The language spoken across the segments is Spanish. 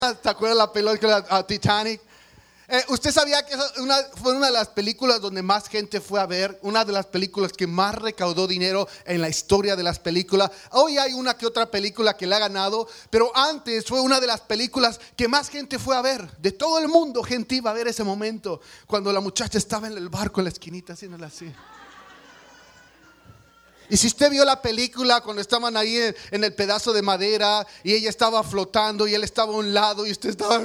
¿Te acuerdas la película Titanic? ¿Usted sabía que fue una de las películas donde más gente fue a ver? Una de las películas que más recaudó dinero en la historia de las películas. Hoy hay una que otra película que le ha ganado, pero antes fue una de las películas que más gente fue a ver. De todo el mundo gente iba a ver ese momento, cuando la muchacha estaba en el barco en la esquinita haciéndola así. Y si usted vio la película cuando estaban ahí en el pedazo de madera y ella estaba flotando y él estaba a un lado y usted estaba...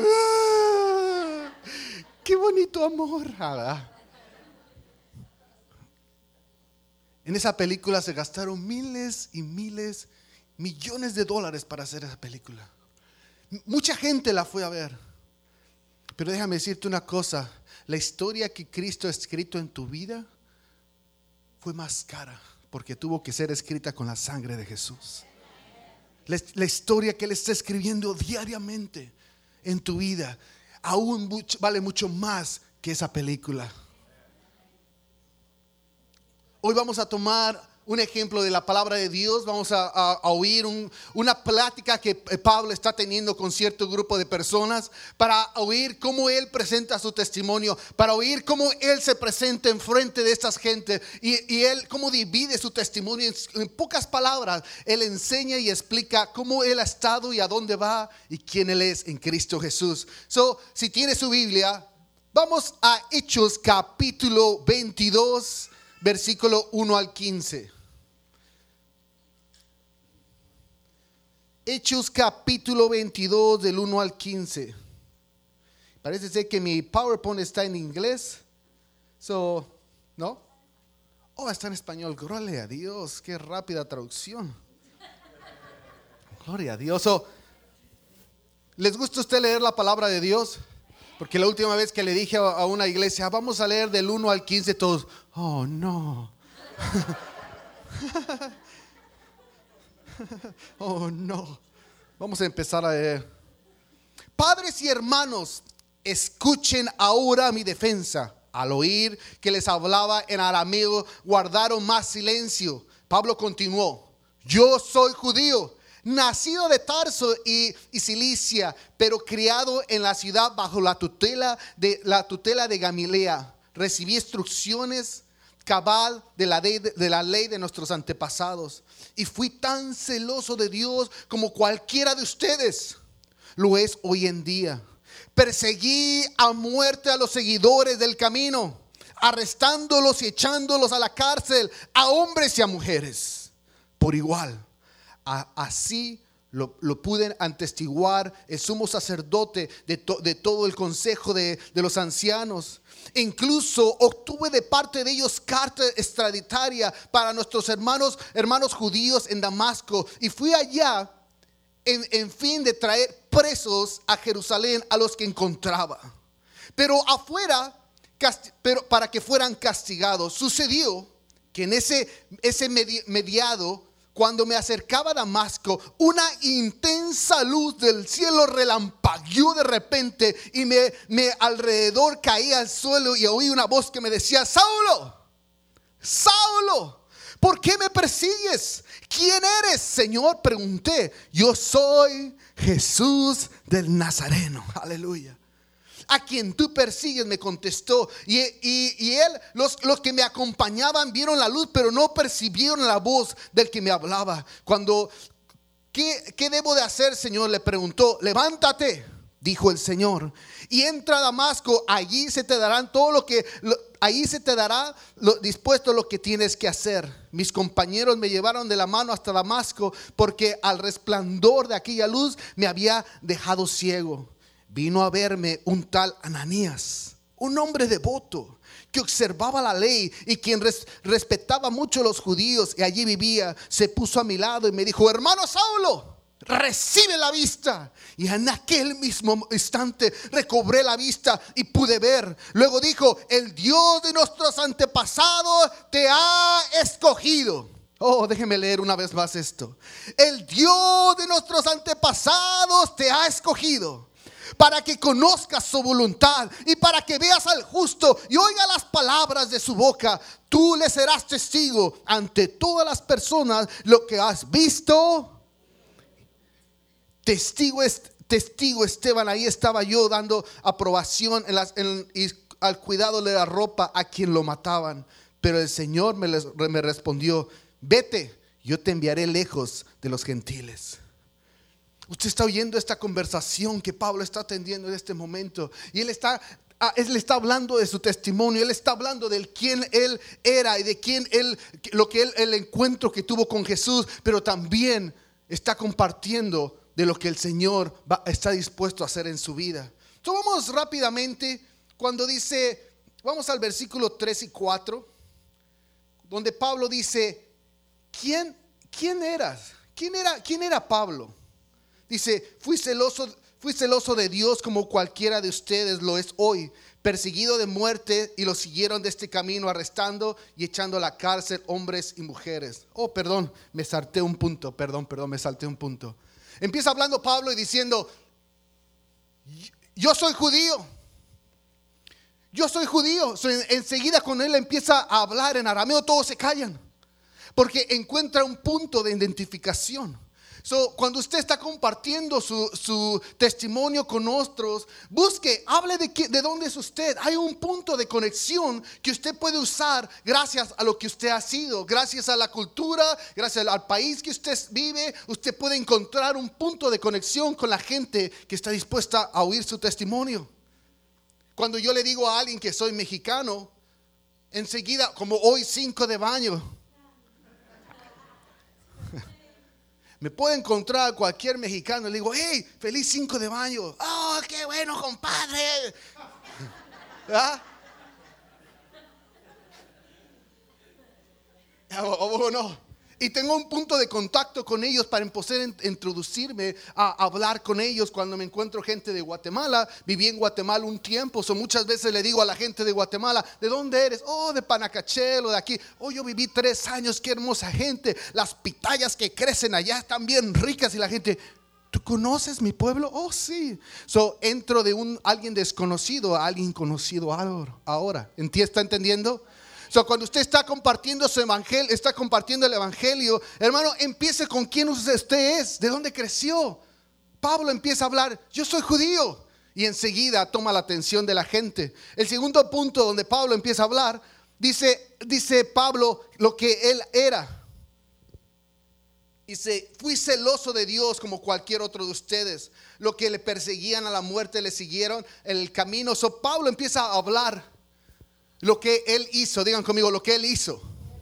¡Qué bonito amor! ¿Verdad? En esa película se gastaron miles y miles, millones de dólares para hacer esa película. Mucha gente la fue a ver. Pero déjame decirte una cosa. La historia que Cristo ha escrito en tu vida fue más cara, porque tuvo que ser escrita con la sangre de Jesús. La historia que Él está escribiendo diariamente en tu vida aún vale mucho más que esa película. Hoy vamos a tomar un ejemplo de la palabra de Dios. Vamos a oír una plática que Pablo está teniendo con cierto grupo de personas, para oír cómo él presenta su testimonio, para oír cómo él se presenta en frente de estas gente y él cómo divide su testimonio. En pocas palabras, él enseña y explica cómo él ha estado y a dónde va y quién él es en Cristo Jesús. Si tiene su Biblia, vamos a Hechos capítulo 22, versículo 1 al 15. Hechos capítulo 22 del 1 al 15. Parece ser que mi PowerPoint está en inglés. ¿No? Oh, está en español. Gloria a Dios. Qué rápida traducción. Gloria a Dios. ¿Les gusta a usted leer la palabra de Dios? Porque la última vez que le dije a una iglesia, vamos a leer del 1 al 15, todos, oh no. Oh no. Vamos a empezar a leer. Padres y hermanos, escuchen ahora mi defensa. Al oír que les hablaba en arameo, guardaron más silencio. Pablo continuó: yo soy judío, nacido de Tarso y Cilicia, pero criado en la ciudad bajo la tutela de Gamaliel. Recibí instrucciones cabal de la ley de nuestros antepasados, y fui tan celoso de Dios como cualquiera de ustedes lo es hoy en día. Perseguí a muerte a los seguidores del camino, arrestándolos y echándolos a la cárcel, a hombres y a mujeres por igual. Así lo pude atestiguar el sumo sacerdote de todo el consejo de los ancianos. Incluso obtuve de parte de ellos carta extraditaria para nuestros hermanos judíos en Damasco, y fui allá en fin de traer presos a Jerusalén a los que encontraba, pero para que fueran castigados. Sucedió que en ese mediado, cuando me acercaba a Damasco, una intensa luz del cielo relampagueó de repente y me alrededor caía al suelo, y oí una voz que me decía: Saulo, Saulo, ¿por qué me persigues? ¿Quién eres, Señor? Pregunté. Yo soy Jesús del Nazareno. Aleluya. A quien tú persigues, me contestó. Y él, los que me acompañaban vieron la luz, pero no percibieron la voz del que me hablaba. ¿Qué debo de hacer, Señor?, le preguntó. Levántate, dijo el Señor, y entra a Damasco. Allí se te dará dispuesto lo que tienes que hacer. Mis compañeros me llevaron de la mano hasta Damasco, porque al resplandor de aquella luz me había dejado ciego. Vino a verme un tal Ananías, un hombre devoto que observaba la ley y quien respetaba mucho a los judíos, y allí vivía. Se puso a mi lado y me dijo: hermano Saulo, recibe la vista. Y en aquel mismo instante recobré la vista y pude ver. Luego dijo: el Dios de nuestros antepasados te ha escogido. Oh, déjeme leer una vez más esto. El Dios de nuestros antepasados te ha escogido para que conozcas su voluntad y para que veas al justo y oiga las palabras de su boca. Tú le serás testigo ante todas las personas lo que has visto. Testigo testigo Esteban, ahí estaba yo dando aprobación y al cuidado de la ropa a quien lo mataban. Pero el Señor me respondió: vete, yo te enviaré lejos de los gentiles. Usted está oyendo esta conversación que Pablo está atendiendo en este momento, y él está hablando de su testimonio. Él está hablando de quién él era y de el encuentro que tuvo con Jesús, pero también está compartiendo de lo que el Señor está dispuesto a hacer en su vida. Entonces vamos rápidamente, cuando dice, vamos al versículo 3 y 4, donde Pablo dice: ¿quién eras? ¿Quién era Pablo? Dice: fui celoso de Dios como cualquiera de ustedes lo es hoy, perseguido de muerte, y lo siguieron de este camino, arrestando y echando a la cárcel hombres y mujeres. Oh, perdón, me salté un punto. Empieza hablando Pablo y diciendo: yo soy judío. Enseguida cuando él empieza a hablar en arameo, todos se callan, porque encuentra un punto de identificación. Cuando usted está compartiendo su testimonio con otros, hable de dónde es usted. Hay un punto de conexión que usted puede usar gracias a lo que usted ha sido, gracias a la cultura, gracias al país que usted vive. Usted puede encontrar un punto de conexión con la gente que está dispuesta a oír su testimonio. Cuando yo le digo a alguien que soy mexicano, enseguida, como hoy 5 de mayo, me puede encontrar cualquier mexicano y le digo: hey, feliz 5 de mayo. Oh, qué bueno, compadre. ¿Ah? ¿O no? Y tengo un punto de contacto con ellos para empezar a introducirme, a hablar con ellos. Cuando me encuentro gente de Guatemala, viví en Guatemala un tiempo, muchas veces le digo a la gente de Guatemala: ¿de dónde eres? Oh, de Panacachel o de aquí. Oh, yo viví 3 años, qué hermosa gente. Las pitayas que crecen allá están bien ricas. Y la gente: ¿tú conoces mi pueblo? Oh, sí. Entro de alguien desconocido a alguien conocido ahora. ¿Está entendiendo? Cuando usted está compartiendo su evangelio, está compartiendo el evangelio, hermano, empiece con quién usted es, de dónde creció. Pablo empieza a hablar: yo soy judío, y enseguida toma la atención de la gente. El segundo punto donde Pablo empieza a hablar, dice Pablo lo que él era. Dice: fui celoso de Dios como cualquier otro de ustedes. Lo que le perseguían a la muerte le siguieron en el camino. Pablo empieza a hablar lo que él hizo. Digan conmigo: lo que él hizo.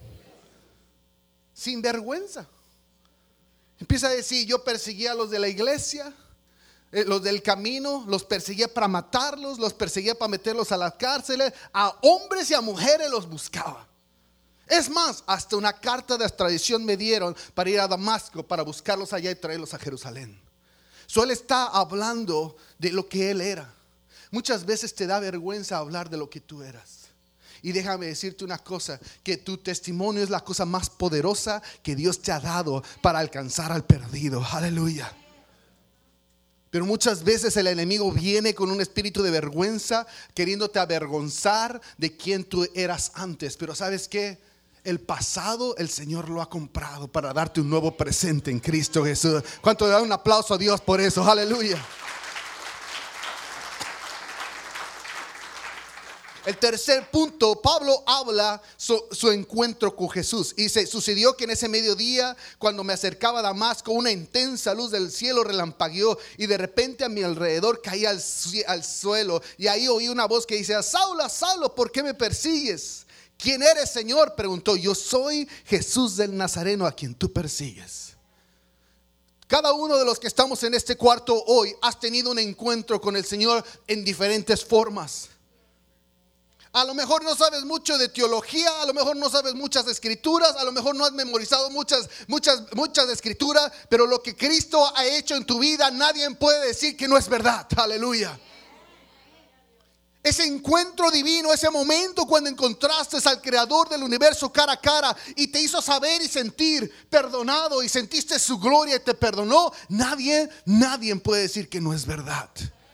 Sin vergüenza. Empieza a decir: yo perseguía a los de la iglesia, los del camino, los perseguía para matarlos, los perseguía para meterlos a las cárceles, a hombres y a mujeres los buscaba. Es más, hasta una carta de extradición me dieron para ir a Damasco, para buscarlos allá y traerlos a Jerusalén. Él está hablando de lo que él era. Muchas veces te da vergüenza hablar de lo que tú eras. Y déjame decirte una cosa, que tu testimonio es la cosa más poderosa que Dios te ha dado para alcanzar al perdido. Aleluya. Pero muchas veces el enemigo viene con un espíritu de vergüenza, queriéndote avergonzar de quién tú eras antes. Pero ¿sabes qué? El pasado el Señor lo ha comprado para darte un nuevo presente en Cristo Jesús. ¿Cuánto le da un aplauso a Dios por eso? Aleluya. El tercer punto, Pablo habla su encuentro con Jesús. Y dice: sucedió que en ese mediodía, cuando me acercaba a Damasco, una intensa luz del cielo relampagueó, y de repente a mi alrededor caía al suelo. Y ahí oí una voz que dice: Saulo, Saulo, ¿por qué me persigues? ¿Quién eres, Señor? Preguntó. Yo soy Jesús del Nazareno, a quien tú persigues. Cada uno de los que estamos en este cuarto hoy has tenido un encuentro con el Señor en diferentes formas. A lo mejor no sabes mucho de teología, a lo mejor no sabes muchas escrituras, a lo mejor no has memorizado muchas escrituras, pero lo que Cristo ha hecho en tu vida, nadie puede decir que no es verdad. Aleluya. Ese encuentro divino, ese momento cuando encontraste al Creador del universo cara a cara y te hizo saber y sentir perdonado y sentiste su gloria y te perdonó, nadie puede decir que no es verdad.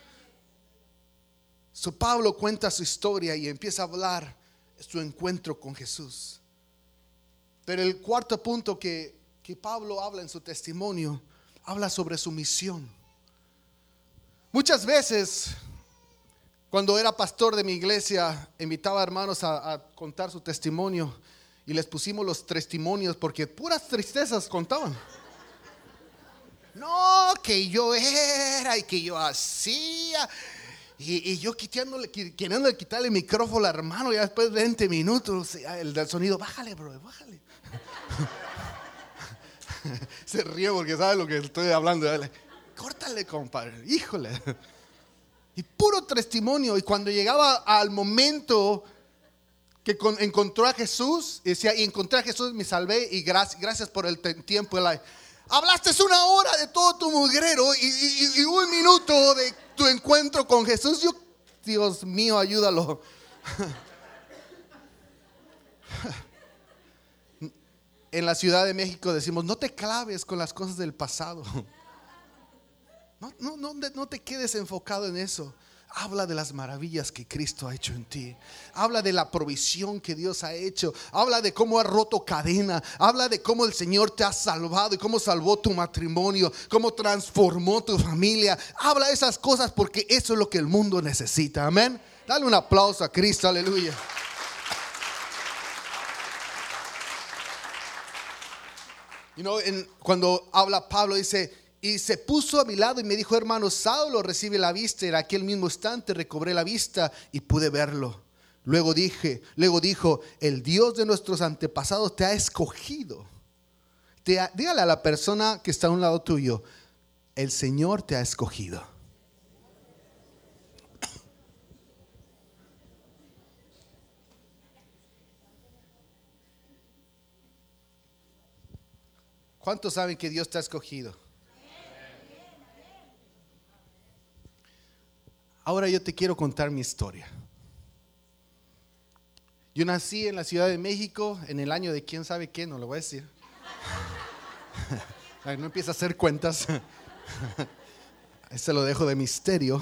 Pablo cuenta su historia y empieza a hablar su encuentro con Jesús. Pero el cuarto punto que Pablo habla en su testimonio, habla sobre su misión. Muchas veces, cuando era pastor de mi iglesia, invitaba a hermanos a contar su testimonio y les pusimos los testimonios porque puras tristezas contaban. No, que yo era y que yo hacía. Y yo queriendo quitarle el micrófono al hermano, ya después de 20 minutos, el del sonido, bájale, bro, bájale. Se ríe porque sabe lo que estoy hablando. Córtale, compadre, híjole. Y puro testimonio. Y cuando llegaba al momento que encontró a Jesús, decía, y encontré a Jesús, me salvé y gracias por el tiempo. Hablaste 1 hora de todo tu mugrero y 1 minuto de tu encuentro con Jesús. Dios mío, ayúdalo. En la Ciudad de México decimos, no te claves con las cosas del pasado. No te quedes enfocado en eso. Habla de las maravillas que Cristo ha hecho en ti. Habla de la provisión que Dios ha hecho. Habla de cómo ha roto cadena. Habla de cómo el Señor te ha salvado y cómo salvó tu matrimonio, cómo transformó tu familia. Habla de esas cosas porque eso es lo que el mundo necesita. Amén. Dale un aplauso a Cristo. Aleluya. Cuando habla Pablo dice, y se puso a mi lado y me dijo, hermano Saulo, recibe la vista. En aquel mismo instante recobré la vista y pude verlo. Luego dijo, el Dios de nuestros antepasados te ha escogido. Dígale a la persona que está a un lado tuyo, el Señor te ha escogido. ¿Cuántos saben que Dios te ha escogido? Ahora yo te quiero contar mi historia. Yo nací en la Ciudad de México en el año de quién sabe qué, no lo voy a decir. No empieza a hacer cuentas. Ese lo dejo de misterio.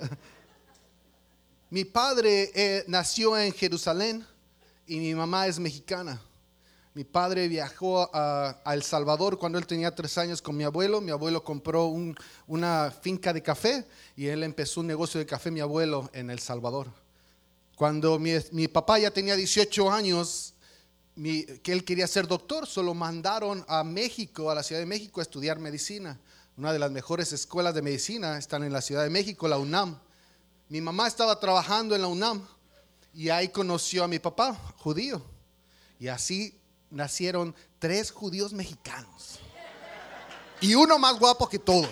Mi padre nació en Jerusalén y mi mamá es mexicana. Mi padre viajó a El Salvador cuando él tenía 3 años con mi abuelo. Mi abuelo compró una finca de café y él empezó un negocio de café, mi abuelo, en El Salvador. Cuando mi papá ya tenía 18 años, que él quería ser doctor, solo mandaron a México, a la Ciudad de México, a estudiar medicina. Una de las mejores escuelas de medicina están en la Ciudad de México, la UNAM. Mi mamá estaba trabajando en la UNAM y ahí conoció a mi papá, judío. Y así nacieron 3 judíos mexicanos y uno más guapo que todo.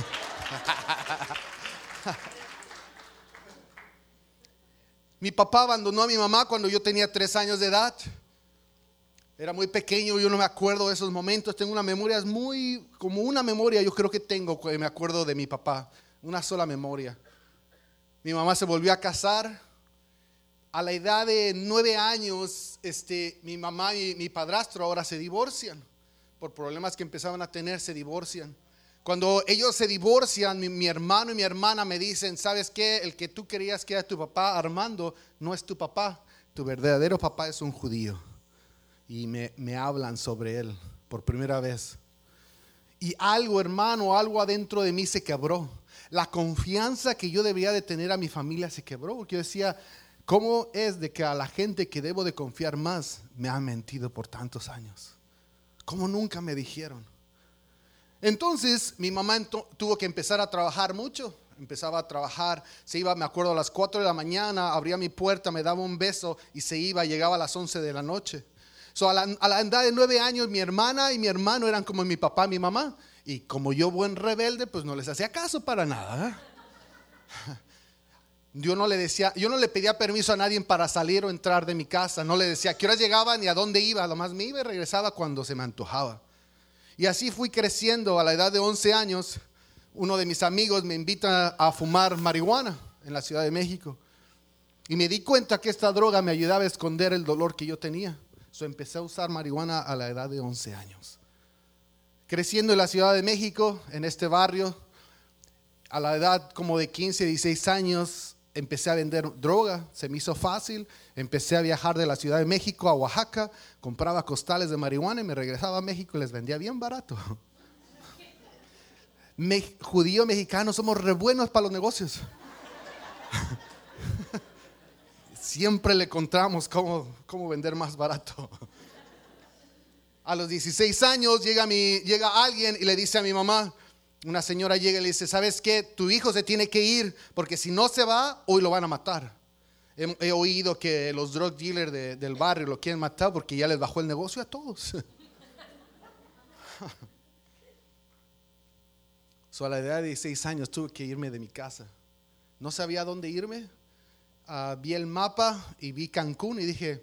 Mi papá abandonó a mi mamá cuando yo tenía 3 años de edad. Era muy pequeño, yo no me acuerdo de esos momentos. Tengo una memoria como una memoria yo creo que tengo, me acuerdo de mi papá, una sola memoria. Mi mamá se volvió a casar. A la edad de 9 años, mi mamá y mi padrastro ahora se divorcian. Por problemas que empezaban a tener, se divorcian. Cuando ellos se divorcian, mi hermano y mi hermana me dicen, ¿sabes qué? El que tú querías que era tu papá, Armando, no es tu papá. Tu verdadero papá es un judío. Y me hablan sobre él por primera vez. Y algo, hermano, algo adentro de mí se quebró. La confianza que yo debería de tener a mi familia se quebró. Porque yo decía, ¿cómo es de que a la gente que debo de confiar más me han mentido por tantos años? ¿Cómo nunca me dijeron? Entonces mi mamá tuvo que empezar a trabajar mucho. Empezaba a trabajar, se iba, me acuerdo, a las 4 de la mañana, abría mi puerta, me daba un beso y se iba, llegaba a las 11 de la noche. A la edad de 9 años, mi hermana y mi hermano eran como mi papá y mi mamá. Y como yo, buen rebelde, pues no les hacía caso para nada. Yo no le pedía permiso a nadie para salir o entrar de mi casa. No le decía a qué horas llegaba ni a dónde iba. Lo más me iba y regresaba cuando se me antojaba. Y así fui creciendo. A la edad de 11 años, uno de mis amigos me invita a fumar marihuana en la Ciudad de México. Y me di cuenta que esta droga me ayudaba a esconder el dolor que yo tenía. Empecé a usar marihuana a la edad de 11 años. Creciendo en la Ciudad de México, en este barrio, a la edad como de 15, 16 años, empecé a vender droga. Se me hizo fácil. Empecé a viajar de la Ciudad de México a Oaxaca, compraba costales de marihuana y me regresaba a México y les vendía bien barato. judíos mexicanos somos re buenos para los negocios. Siempre le encontramos cómo vender más barato. A los 16 años llega alguien y le dice a mi mamá, una señora llega y le dice, ¿sabes qué? Tu hijo se tiene que ir porque si no se va, hoy lo van a matar. He oído que los drug dealers del barrio lo quieren matar porque ya les bajó el negocio a todos. A la edad de 16 años tuve que irme de mi casa. No sabía dónde irme. Vi el mapa y vi Cancún y dije,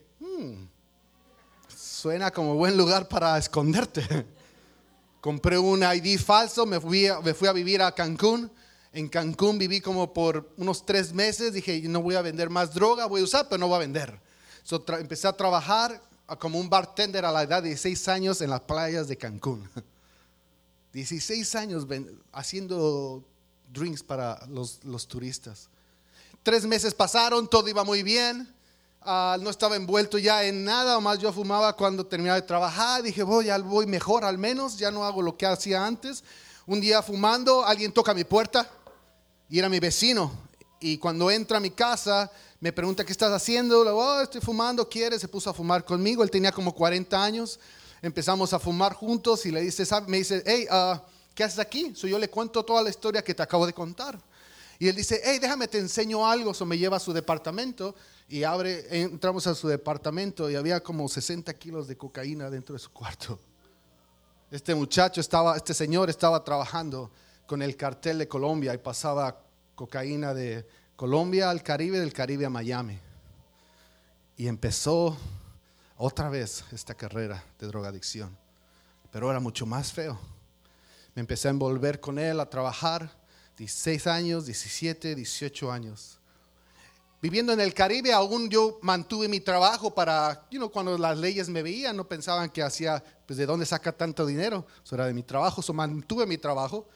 suena como buen lugar para esconderte. Compré un ID falso, me fui a vivir a Cancún. En Cancún viví como por unos 3 meses. Dije, no voy a vender más droga, voy a usar, pero no voy a vender. Empecé a trabajar como un bartender a la edad de 16 años en las playas de Cancún. 16 años haciendo drinks para los turistas. 3 meses pasaron, todo iba muy bien. No estaba envuelto ya en nada, más yo fumaba cuando terminaba de trabajar. Dije, ya voy mejor al menos, ya no hago lo que hacía antes. Un día fumando, alguien toca mi puerta y era mi vecino. Y cuando entra a mi casa, me pregunta, ¿qué estás haciendo? Le digo, estoy fumando, ¿quieres? Se puso a fumar conmigo, él tenía como 40 años. Empezamos a fumar juntos y me dice, hey, ¿qué haces aquí? Yo le cuento toda la historia que te acabo de contar. Y él dice, hey, déjame te enseño algo. Me lleva a su departamento y entramos a su departamento y había como 60 kilos de cocaína dentro de su cuarto. Este señor estaba trabajando con el cartel de Colombia y pasaba cocaína de Colombia al Caribe, del Caribe a Miami. Y empezó otra vez esta carrera de drogadicción, pero era mucho más feo. Me empecé a envolver con él, a trabajar, 16 años, 17, 18 años. Viviendo en el Caribe, aún yo mantuve mi trabajo para, cuando las leyes me veían, no pensaban que hacía, pues ¿de dónde saca tanto dinero? Eso era de mi trabajo, mantuve mi trabajo.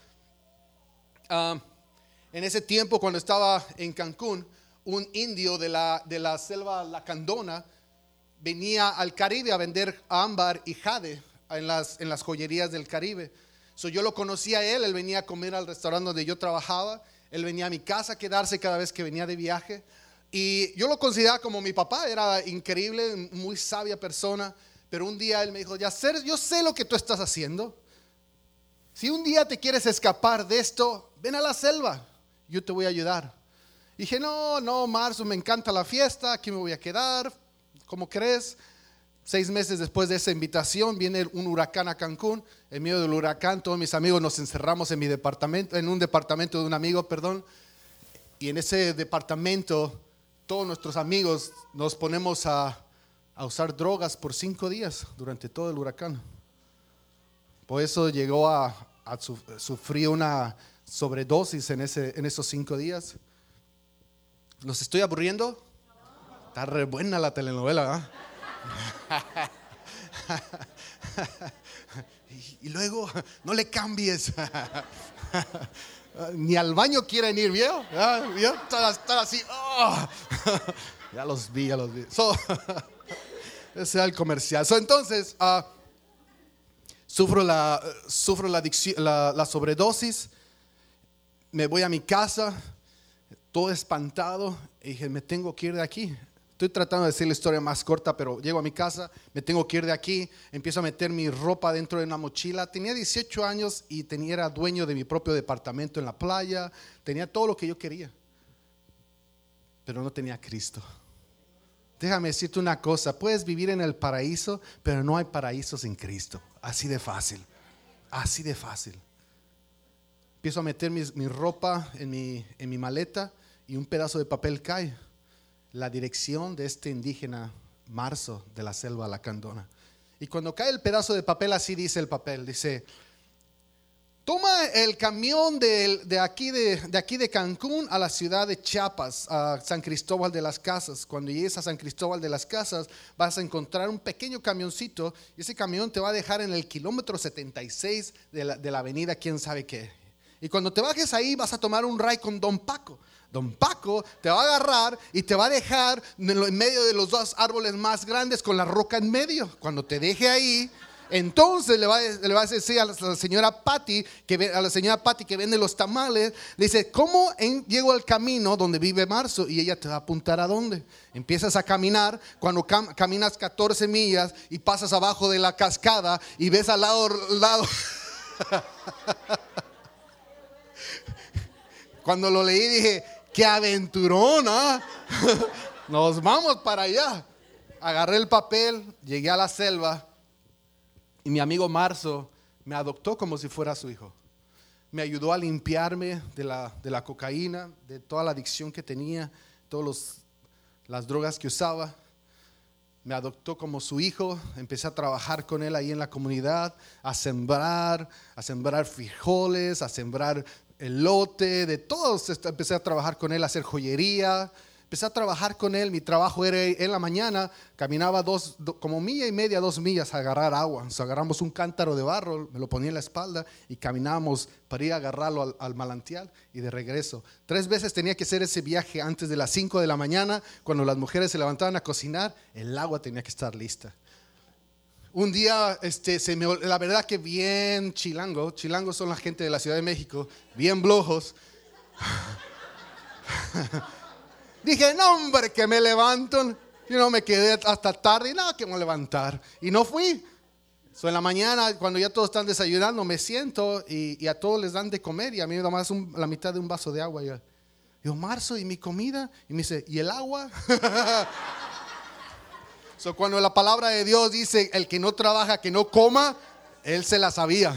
En ese tiempo, cuando estaba en Cancún, un indio de la selva lacandona venía al Caribe a vender ámbar y jade en las joyerías del Caribe. Yo lo conocía a él venía a comer al restaurante donde yo trabajaba, él venía a mi casa a quedarse cada vez que venía de viaje. Y yo lo consideraba como mi papá, era increíble, muy sabia persona. Pero un día él me dijo, yo sé lo que tú estás haciendo. Si un día te quieres escapar de esto, ven a la selva, yo te voy a ayudar. Dije, no, Marzo, me encanta la fiesta, aquí me voy a quedar. ¿Cómo crees? 6 meses después de esa invitación viene un huracán a Cancún. En medio del huracán todos mis amigos nos encerramos en un departamento de un amigo, y en ese departamento todos nuestros amigos nos ponemos a usar drogas por 5 días durante todo el huracán. Por eso llegó a sufrir una sobredosis en esos 5 días. ¿Los estoy aburriendo? Está re buena la telenovela, y luego no le cambies. Ni al baño quieren ir, ¿vio? Estar así. Ya los vi. Ese era el comercial. Entonces sufro la sobredosis. Me voy a mi casa todo espantado y dije, me tengo que ir de aquí. Estoy tratando de decir la historia más corta, pero llego a mi casa, me tengo que ir de aquí, empiezo a meter mi ropa dentro de una mochila. Tenía 18 años y era dueño de mi propio departamento en la playa, tenía todo lo que yo quería, pero no tenía a Cristo. Déjame decirte una cosa, puedes vivir en el paraíso, pero no hay paraíso sin Cristo. Así de fácil. Empiezo a meter mi ropa en mi maleta y un pedazo de papel cae. La dirección de este indígena Marzo de la selva lacandona. Y cuando cae el pedazo de papel, así dice el papel, dice, toma el camión de aquí de Cancún a la ciudad de Chiapas, a San Cristóbal de las Casas. Cuando llegues a San Cristóbal de las Casas vas a encontrar un pequeño camioncito y ese camión te va a dejar en el kilómetro 76 de la avenida quién sabe qué. Y cuando te bajes ahí vas a tomar un ride con Don Paco. Don Paco te va a agarrar y te va a dejar en medio de los 2 árboles más grandes con la roca en medio. Cuando te deje ahí, Entonces le va a decir a la señora Patty que vende los tamales, le dice, ¿cómo llego al camino donde vive Marzo? Y ella te va a apuntar a dónde. Empiezas a caminar, cuando caminas 14 millas y pasas abajo de la cascada y ves al lado. Cuando lo leí dije, qué aventurona. Nos vamos para allá. Agarré el papel, llegué a la selva. Y mi amigo Marzo me adoptó como si fuera su hijo. Me ayudó a limpiarme de la cocaína, de toda la adicción que tenía, todas las drogas que usaba. Me adoptó como su hijo. Empecé a trabajar con él ahí en la comunidad, a sembrar frijoles, a sembrar elote, de todos. Empecé a trabajar con él, a hacer joyería. Empecé a trabajar con él. Mi trabajo era en la mañana, caminaba como 1.5 millas, 2 millas a agarrar agua. Agarramos un cántaro de barro, me lo ponía en la espalda y caminábamos para ir a agarrarlo al manantial y de regreso. 3 veces tenía que hacer ese viaje antes de las 5 de la mañana. Cuando las mujeres se levantaban a cocinar, el agua tenía que estar lista. Un día, la verdad que bien chilangos son la gente de la Ciudad de México, bien blojos. Dije, no hombre, que me levanto. Yo no me quedé hasta tarde y nada que me voy a levantar. Y no fui. En la mañana, cuando ya todos están desayunando, me siento y a todos les dan de comer. Y a mí me da más la mitad de un vaso de agua. Yo, Marzo, ¿y mi comida? Y me dice, ¿y el agua? Cuando la palabra de Dios dice, el que no trabaja, que no coma, él se la sabía.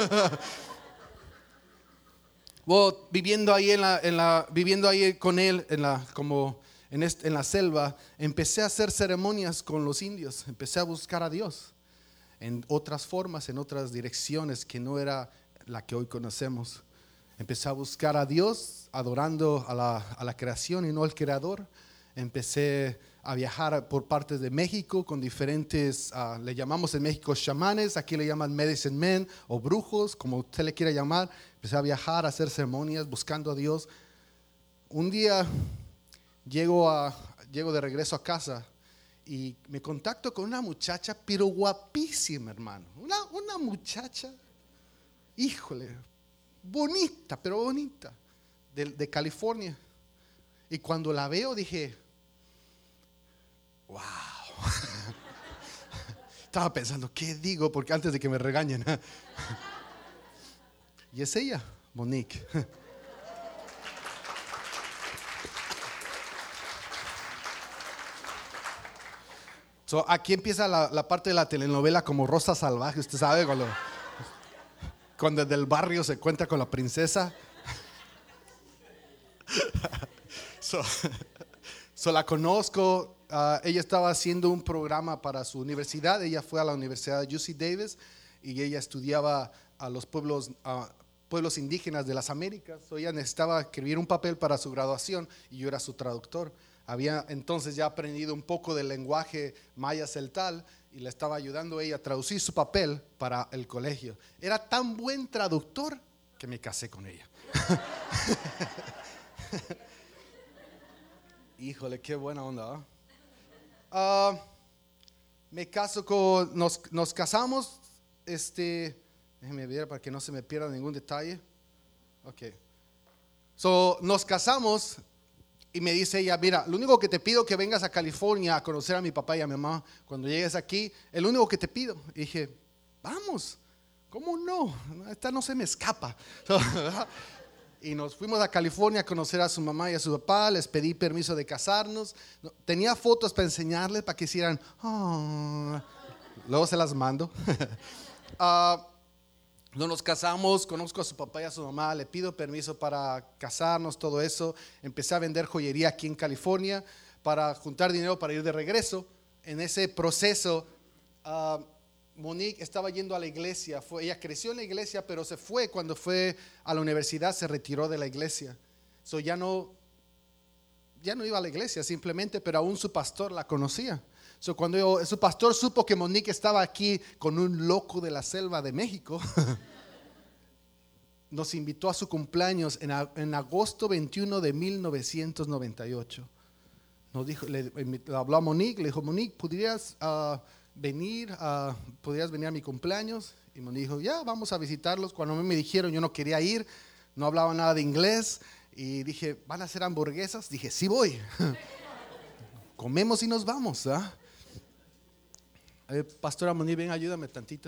Viviendo ahí con él en la selva, empecé a hacer ceremonias con los indios. Empecé a buscar a Dios en otras formas, en otras direcciones que no era la que hoy conocemos. Empecé a buscar a Dios adorando a la creación y no al creador. Empecé a viajar por partes de México con diferentes, le llamamos en México chamanes, aquí le llaman medicine men o brujos, como usted le quiera llamar. Empecé a viajar, a hacer ceremonias, buscando a Dios. Un día llego de regreso a casa y me contacto con una muchacha, pero guapísima, hermano. Una muchacha, híjole, bonita, pero bonita, de California. Y cuando la veo dije, wow. Estaba pensando, ¿qué digo? Porque antes de que me regañen. Y es ella, Monique. Aquí empieza la parte de la telenovela como Rosa Salvaje. Usted sabe, cuando desde el barrio se encuentra con la princesa. La conozco. Ella estaba haciendo un programa para su universidad. Ella fue a la Universidad de UC Davis y ella estudiaba a los pueblos indígenas de las Américas. Ella necesitaba escribir un papel para su graduación y yo era su traductor. Había entonces ya aprendido un poco del lenguaje maya celtal y le estaba ayudando a ella a traducir su papel para el colegio. Era tan buen traductor que me casé con ella. Híjole, qué buena onda. Me caso nos casamos, déjeme ver para que no se me pierda ningún detalle. Ok. Nos casamos y me dice ella, mira, lo único que te pido es que vengas a California a conocer a mi papá y a mi mamá. Cuando llegues aquí, es lo único que te pido. Y dije, vamos, ¿cómo no? Esta no se me escapa. Y nos fuimos a California a conocer a su mamá y a su papá. Les pedí permiso de casarnos. Tenía fotos para enseñarles para que hicieran, oh. Luego se las mando. No nos casamos, conozco a su papá y a su mamá, le pido permiso para casarnos, todo eso. Empecé a vender joyería aquí en California para juntar dinero para ir de regreso. En ese proceso, Monique estaba yendo a la iglesia. Ella creció en la iglesia, pero se fue cuando fue a la universidad, se retiró de la iglesia. Ya no iba a la iglesia simplemente, pero aún su pastor la conocía. Cuando su pastor supo que Monique estaba aquí con un loco de la selva de México, nos invitó a su cumpleaños en agosto 21 de 1998. Le habló a Monique, le dijo, Monique, ¿podrías podrías venir a mi cumpleaños. Y me dijo, ya, vamos a visitarlos. Cuando me dijeron, yo no quería ir, no hablaba nada de inglés. Y dije, ¿van a hacer hamburguesas? Dije, sí voy. Comemos y nos vamos. Pastora Moni, ven, ayúdame tantito.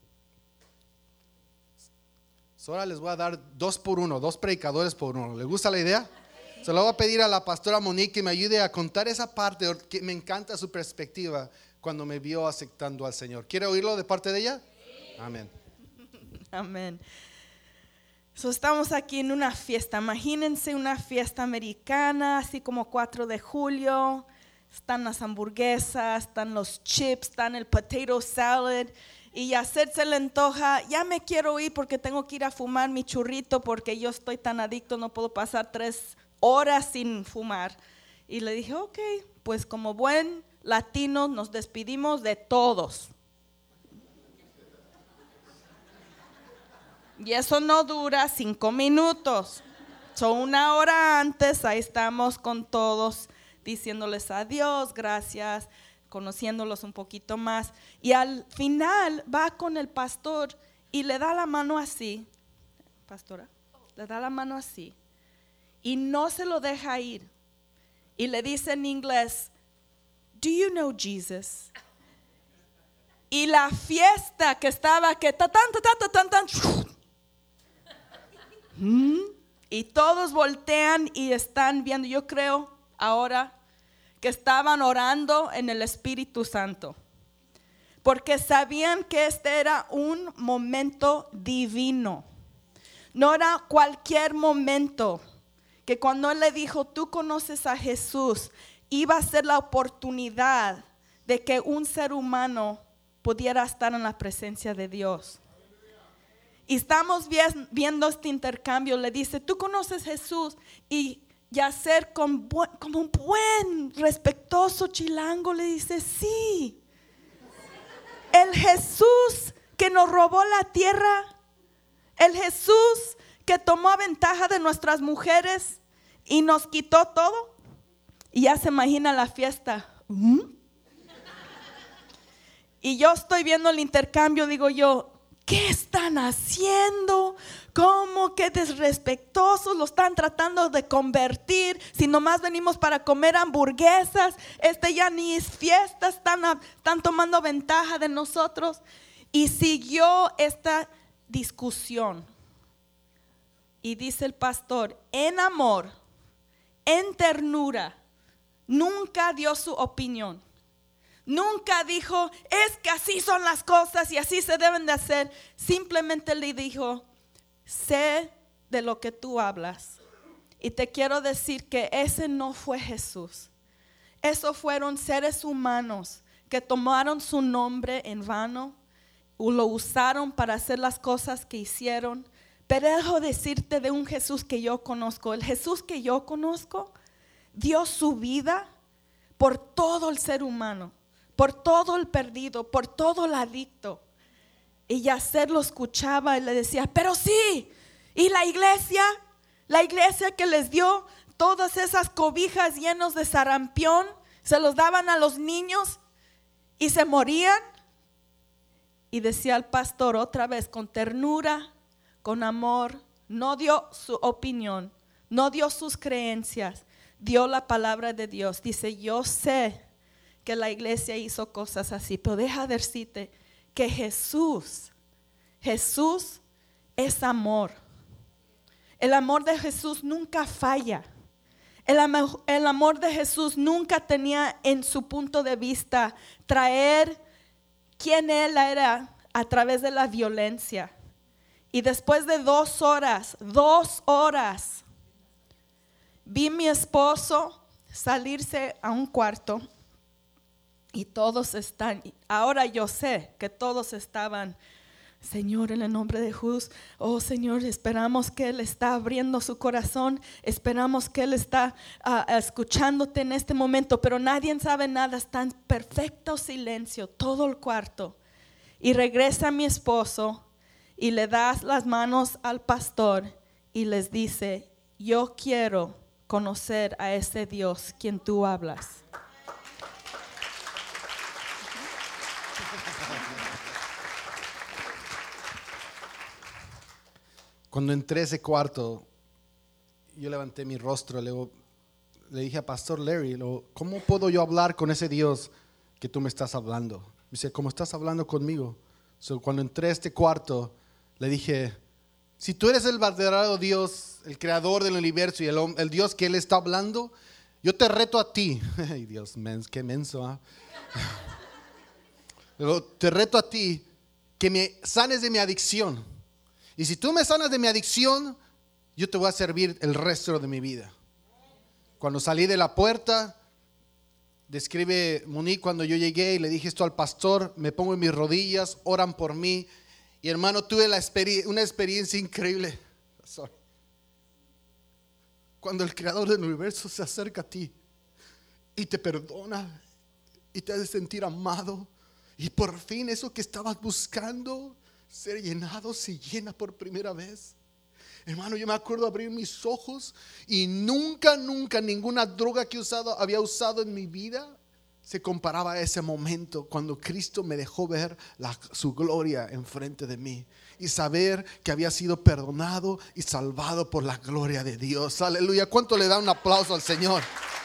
Ahora les voy a dar 2 por 1, 2 predicadores por uno. ¿Le gusta la idea? Se lo voy a pedir a la pastora Monique que me ayude a contar esa parte, que me encanta su perspectiva cuando me vio aceptando al Señor. ¿Quiere oírlo de parte de ella? Sí. Amén. Amén. Estamos aquí en una fiesta. Imagínense una fiesta americana, así como 4 de julio. Están las hamburguesas, están los chips, están el potato salad. Y a Seth se le antoja, ya me quiero ir porque tengo que ir a fumar mi churrito porque yo estoy tan adicto, no puedo pasar 3 horas sin fumar. Y le dije, ok, pues como buen latino nos despedimos de todos. Y eso no dura 5 minutos. Son 1 hora antes, ahí estamos con todos diciéndoles adiós, gracias, conociéndolos un poquito más. Y al final va con el pastor y le da la mano así. Pastora, le da la mano así. Y no se lo deja ir. Y le dice en inglés, "Do you know Jesus?" Y la fiesta que estaba, que ta tan, ta tan, ta tan, tan. Y todos voltean y están viendo, yo creo ahora que estaban orando en el Espíritu Santo, porque sabían que este era un momento divino, no era cualquier momento, que cuando él le dijo, tú conoces a Jesús, iba a ser la oportunidad de que un ser humano pudiera estar en la presencia de Dios. Y estamos viendo este intercambio. Le dice, ¿tú conoces a Jesús? Y Yacer como un buen respetuoso chilango le dice, sí. El Jesús que nos robó la tierra, el Jesús que tomó ventaja de nuestras mujeres y nos quitó todo. Y ya se imagina la fiesta. Y yo estoy viendo el intercambio, digo yo, ¿qué están haciendo? ¿Cómo que desrespetuosos lo están tratando de convertir? Si nomás venimos para comer hamburguesas, ya ni es fiesta, están tomando ventaja de nosotros. Y siguió esta discusión. Y dice el pastor, en amor, en ternura, nunca dio su opinión. Nunca dijo, es que así son las cosas y así se deben de hacer. Simplemente le dijo, sé de lo que tú hablas. Y te quiero decir que ese no fue Jesús. Esos fueron seres humanos que tomaron su nombre en vano, o lo usaron para hacer las cosas que hicieron. Pero dejo decirte de un Jesús que yo conozco. El Jesús que yo conozco dio su vida por todo el ser humano, por todo el perdido, por todo el adicto. Y Yacer lo escuchaba y le decía, pero sí, y la iglesia que les dio todas esas cobijas llenas de sarampión, se los daban a los niños y se morían. Y decía el pastor otra vez con ternura, con amor, no dio su opinión, no dio sus creencias, dio la palabra de Dios. Dice, yo sé que la iglesia hizo cosas así, pero deja decirte que Jesús es amor. El amor de Jesús nunca falla. El amor de Jesús nunca tenía en su punto de vista traer quién Él era a través de la violencia. Y después de 2 horas, vi a mi esposo salirse a un cuarto. Y todos están, ahora yo sé que todos estaban, Señor, en el nombre de Jesús, oh Señor, esperamos que Él está abriendo su corazón, esperamos que Él está escuchándote en este momento, pero nadie sabe nada, está en perfecto silencio, todo el cuarto. Y regresa mi esposo y le da las manos al pastor y les dice, yo quiero conocer a ese Dios quien tú hablas. Cuando entré a ese cuarto, yo levanté mi rostro, le dije a Pastor Larry, ¿cómo puedo yo hablar con ese Dios que tú me estás hablando? Me dice, ¿cómo estás hablando conmigo? Cuando entré a este cuarto, le dije, si tú eres el verdadero Dios, el creador del universo y el Dios que Él está hablando, yo te reto a ti. Ay, Dios, qué menso, ¿eh? Te reto a ti que me sanes de mi adicción. Y si tú me sanas de mi adicción, yo te voy a servir el resto de mi vida. Cuando salí de la puerta, describe Monique cuando yo llegué y le dije esto al pastor, me pongo en mis rodillas, oran por mí. Y hermano, tuve una experiencia increíble. Sorry. Cuando el creador del universo se acerca a ti y te perdona y te hace sentir amado, y por fin eso que estabas buscando, ser llenado, se llena por primera vez. Hermano, yo me acuerdo abrir mis ojos y nunca ninguna droga que había usado en mi vida se comparaba a ese momento cuando Cristo me dejó ver su gloria enfrente de mí y saber que había sido perdonado y salvado por la gloria de Dios. Aleluya. ¿Cuánto le da un aplauso al Señor?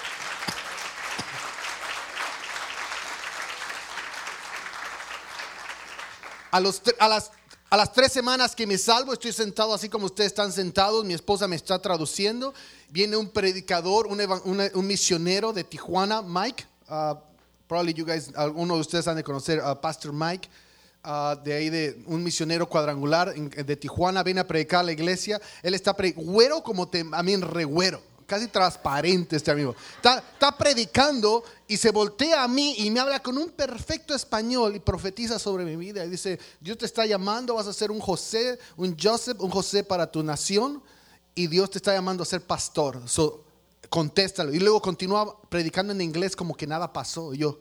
A las 3 semanas que me salvo, estoy sentado así como ustedes están sentados. Mi esposa me está traduciendo. Viene un predicador, un misionero de Tijuana, Mike. Probably you guys, algunos de ustedes han de conocer a Pastor Mike. De ahí de un misionero cuadrangular de Tijuana. Viene a predicar a la iglesia. Él está güero como regüero. Casi transparente este amigo. Está predicando y se voltea a mí y me habla con un perfecto español y profetiza sobre mi vida. Y dice, Dios te está llamando, vas a ser un José para tu nación. Y Dios te está llamando a ser pastor. Contéstalo. Y luego continúa predicando en inglés como que nada pasó. Y yo,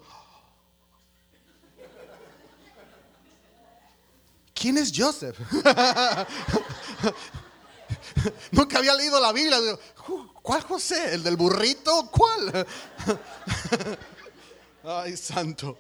¿quién es Joseph? Nunca había leído la Biblia. ¿Cuál José? ¿El del burrito? ¿Cuál? Ay, santo.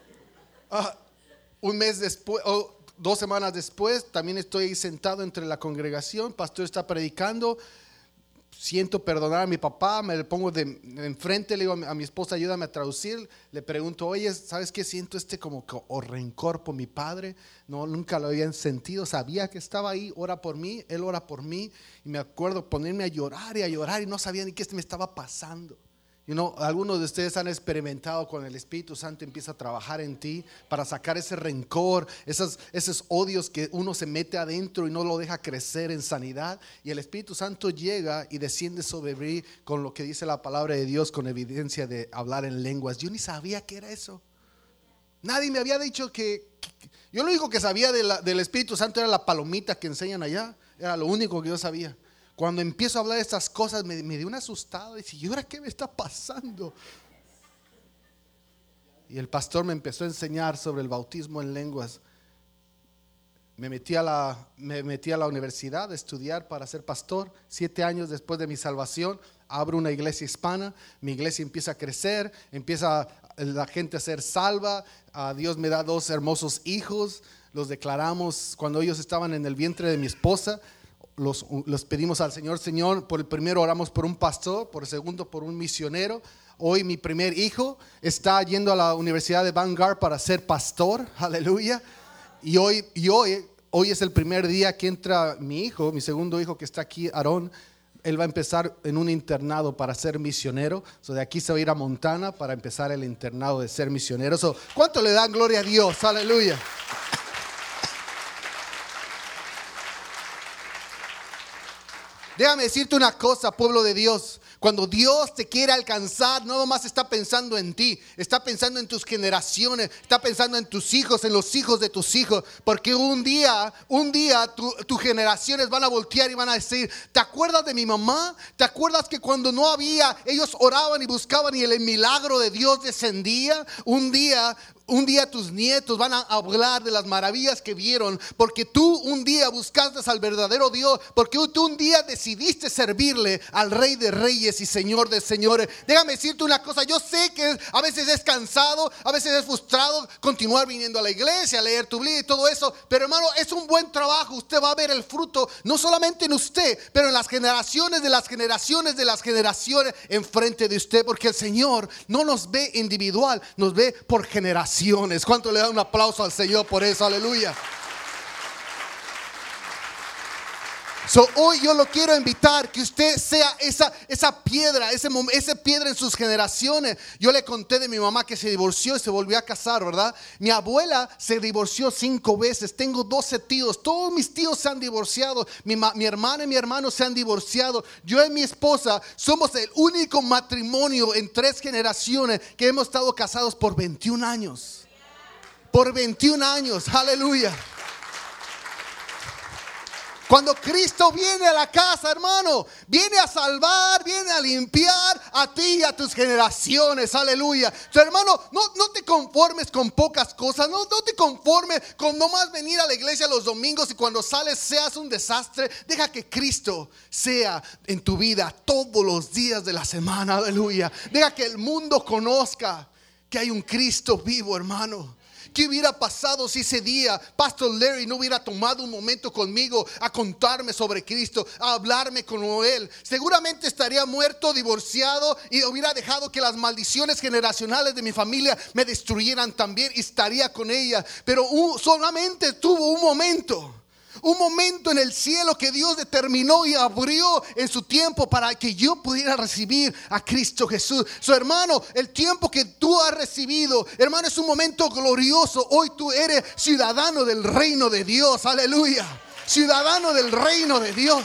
Un mes después, 2 semanas después, también estoy sentado entre la congregación. El pastor está predicando. Siento perdonar a mi papá, me le pongo enfrente, le digo a mi esposa, ayúdame a traducir. Le pregunto, oye, ¿sabes qué? Siento como rencor por mi padre. No, nunca lo habían sentido, sabía que estaba ahí, ora por mí, él ora por mí. Y me acuerdo ponerme a llorar y no sabía ni qué me estaba pasando. Algunos de ustedes han experimentado con el Espíritu Santo, empieza a trabajar en ti para sacar ese rencor, esos odios que uno se mete adentro y no lo deja crecer en sanidad. Y el Espíritu Santo llega y desciende sobre mí con lo que dice la palabra de Dios, con evidencia de hablar en lenguas. Yo ni sabía qué era eso. Nadie me había dicho yo lo único que sabía del Espíritu Santo era la palomita que enseñan allá. Era lo único que yo sabía. Cuando empiezo a hablar de estas cosas me dio un asustado y dije, ¿y ahora qué me está pasando? Y el pastor me empezó a enseñar sobre el bautismo en lenguas. Me metí a la universidad a estudiar para ser pastor. 7 años después de mi salvación, abro una iglesia hispana. Mi iglesia empieza a crecer, empieza la gente a ser salva. Dios me da 2 hermosos hijos. Los declaramos cuando ellos estaban en el vientre de mi esposa. Los pedimos al Señor, por el primero oramos por un pastor, por el segundo por un misionero. Hoy mi primer hijo está yendo a la Universidad de Vanguard para ser pastor, aleluya. Y hoy es el primer día que entra mi segundo hijo que está aquí, Aarón. Él va a empezar en un internado para ser misionero. De aquí se va a ir a Montana para empezar el internado de ser misionero. ¿Cuánto le dan gloria a Dios? Aleluya. Déjame decirte una cosa, pueblo de Dios. Cuando Dios te quiere alcanzar, no nomás está pensando en ti, está pensando en tus generaciones, está pensando en tus hijos, en los hijos de tus hijos. Porque un día tus generaciones van a voltear y van a decir, ¿te acuerdas de mi mamá? ¿Te acuerdas que cuando no había, ellos oraban y buscaban y el milagro de Dios descendía? Un día tus nietos van a hablar de las maravillas que vieron, porque tú un día buscaste al verdadero Dios, porque tú un día decidiste servirle al Rey de Reyes reyes y Señor de señores. Déjame decirte una cosa, yo sé que a veces es cansado, a veces es frustrado continuar viniendo a la iglesia, a leer tu Biblia y todo eso, pero hermano, es un buen trabajo. Usted va a ver el fruto, no solamente en usted, pero en las generaciones de las generaciones de las generaciones enfrente de usted, porque el Señor no nos ve individual, nos ve por generaciones. ¿Cuánto le da un aplauso al Señor por eso? Aleluya. Hoy yo lo quiero invitar que usted sea esa piedra, esa piedra en sus generaciones. Yo le conté de mi mamá que se divorció y se volvió a casar, ¿verdad? Mi abuela se divorció 5 veces. Tengo 12 tíos. Todos mis tíos se han divorciado. Mi hermana y mi hermano se han divorciado. Yo y mi esposa somos el único matrimonio en 3 generaciones que hemos estado casados por 21 años. Por 21 años, aleluya. Cuando Cristo viene a la casa, hermano, viene a salvar, viene a limpiar a ti y a tus generaciones, aleluya. Hermano, no te conformes con pocas cosas, no te conformes con nomás venir a la iglesia los domingos y cuando sales seas un desastre. Deja que Cristo sea en tu vida todos los días de la semana, aleluya. Deja que el mundo conozca que hay un Cristo vivo, hermano. ¿Qué hubiera pasado si ese día Pastor Larry no hubiera tomado un momento conmigo a contarme sobre Cristo, a hablarme con él? Seguramente estaría muerto, divorciado y hubiera dejado que las maldiciones generacionales de mi familia me destruyeran también y estaría con ella. Pero solamente tuvo un momento en el cielo que Dios determinó y abrió en su tiempo para que yo pudiera recibir a Cristo Jesús. Hermano, el tiempo que tú has recibido, hermano, es un momento glorioso. Hoy tú eres ciudadano del reino de Dios, aleluya. Ciudadano del reino de Dios.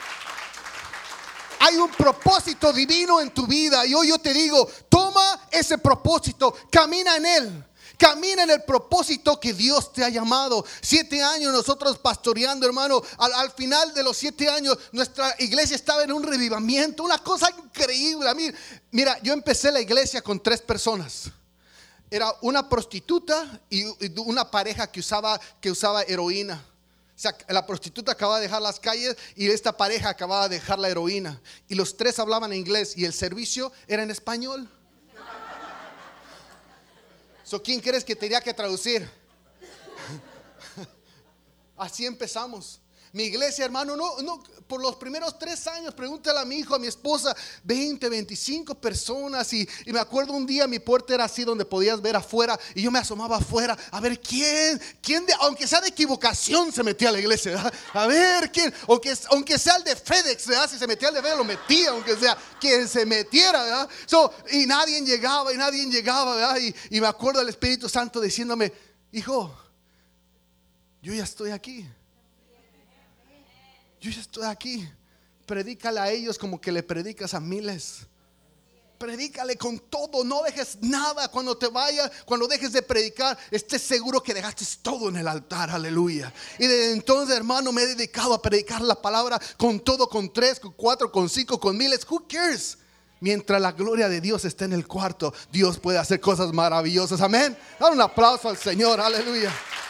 Hay un propósito divino en tu vida y hoy yo te digo, toma ese propósito, camina en él. Camina en el propósito que Dios te ha llamado. 7 años nosotros pastoreando, hermano. Al final de los 7 años nuestra iglesia estaba en un revivamiento. Una cosa increíble. Mira, yo empecé la iglesia con 3 personas. Era una prostituta y una pareja que usaba heroína. O sea, la prostituta acababa de dejar las calles y esta pareja acababa de dejar la heroína. Y los 3 hablaban inglés y el servicio era en español. ¿Quién crees que tenía que traducir? Así empezamos. Mi iglesia, hermano, no, por los primeros 3 años, pregúntale a mi hijo, a mi esposa, 20, 25 personas. Y me acuerdo un día mi puerta era así donde podías ver afuera. Y yo me asomaba afuera a ver quién aunque sea de equivocación, se metía a la iglesia, ¿verdad? A ver quién, aunque sea el de FedEx, ¿verdad? Si se metía el de FedEx, lo metía, aunque sea quien se metiera, ¿verdad? Y nadie llegaba, ¿verdad? Y me acuerdo del Espíritu Santo diciéndome, hijo, yo ya estoy aquí. Yo ya estoy aquí. Predícale a ellos como que le predicas a miles. Predícale con todo. No dejes nada. Cuando te vayas, cuando dejes de predicar, estés seguro que dejaste todo en el altar. Aleluya. Y desde entonces, hermano, me he dedicado a predicar la palabra con todo, con 3, con 4, con 5, con miles. Who cares? Mientras la gloria de Dios esté en el cuarto, Dios puede hacer cosas maravillosas. Amén. Dale un aplauso al Señor. Aleluya.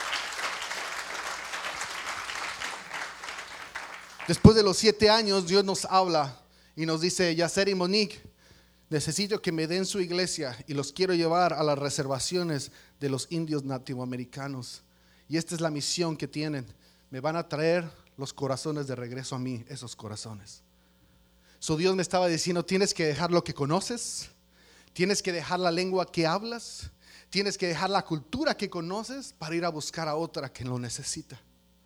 Después de los 7 años, Dios nos habla y nos dice, Yacer y Monique, necesito que me den su iglesia y los quiero llevar a las reservaciones de los indios nativoamericanos. Y esta es la misión que tienen. Me van a traer los corazones de regreso a mí, esos corazones. Dios me estaba diciendo, tienes que dejar lo que conoces, tienes que dejar la lengua que hablas, tienes que dejar la cultura que conoces para ir a buscar a otra que lo necesita.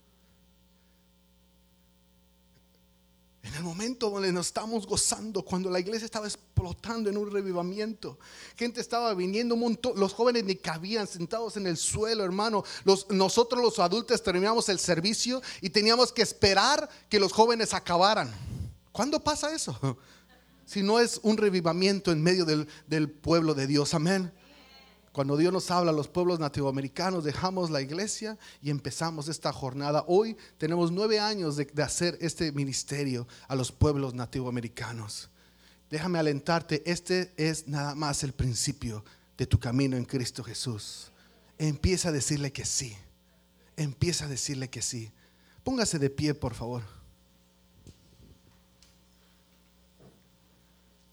En el momento donde nos estamos gozando, cuando la iglesia estaba explotando en un revivamiento, gente estaba viniendo un montón, los jóvenes ni cabían, sentados en el suelo, hermano. Nosotros los adultos terminamos el servicio y teníamos que esperar que los jóvenes acabaran. ¿Cuándo pasa eso? Si no es un revivamiento en medio del pueblo de Dios, amén. Cuando Dios nos habla a los pueblos nativoamericanos, dejamos la iglesia y empezamos esta jornada. Hoy tenemos 9 años de hacer este ministerio a los pueblos nativoamericanos. Déjame alentarte, este es nada más el principio de tu camino en Cristo Jesús. Empieza a decirle que sí. Empieza a decirle que sí. Póngase de pie, por favor.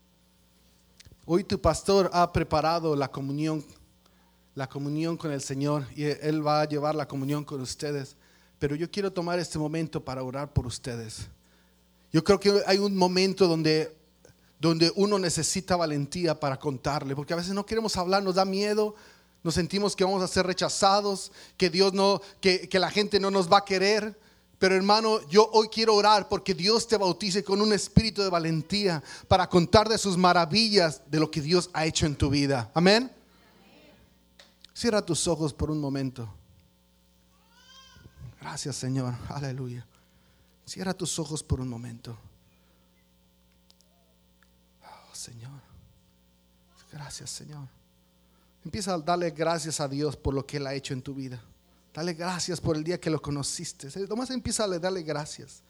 Hoy tu pastor ha preparado la comunión con el Señor y Él va a llevar la comunión con ustedes. Pero yo quiero tomar este momento para orar por ustedes. Yo creo que hay un momento donde uno necesita valentía para contarle, porque a veces no queremos hablar, nos da miedo, nos sentimos que vamos a ser rechazados, que Dios no, que la gente no nos va a querer. Pero hermano, yo hoy quiero orar porque Dios te bautice con un espíritu de valentía para contar de sus maravillas, de lo que Dios ha hecho en tu vida. Amén. Cierra tus ojos por un momento. Gracias, Señor. Aleluya. Cierra tus ojos por un momento. Oh, Señor. Gracias, Señor. Empieza a darle gracias a Dios por lo que Él ha hecho en tu vida. Dale gracias por el día que lo conociste. Nomás empieza a darle gracias.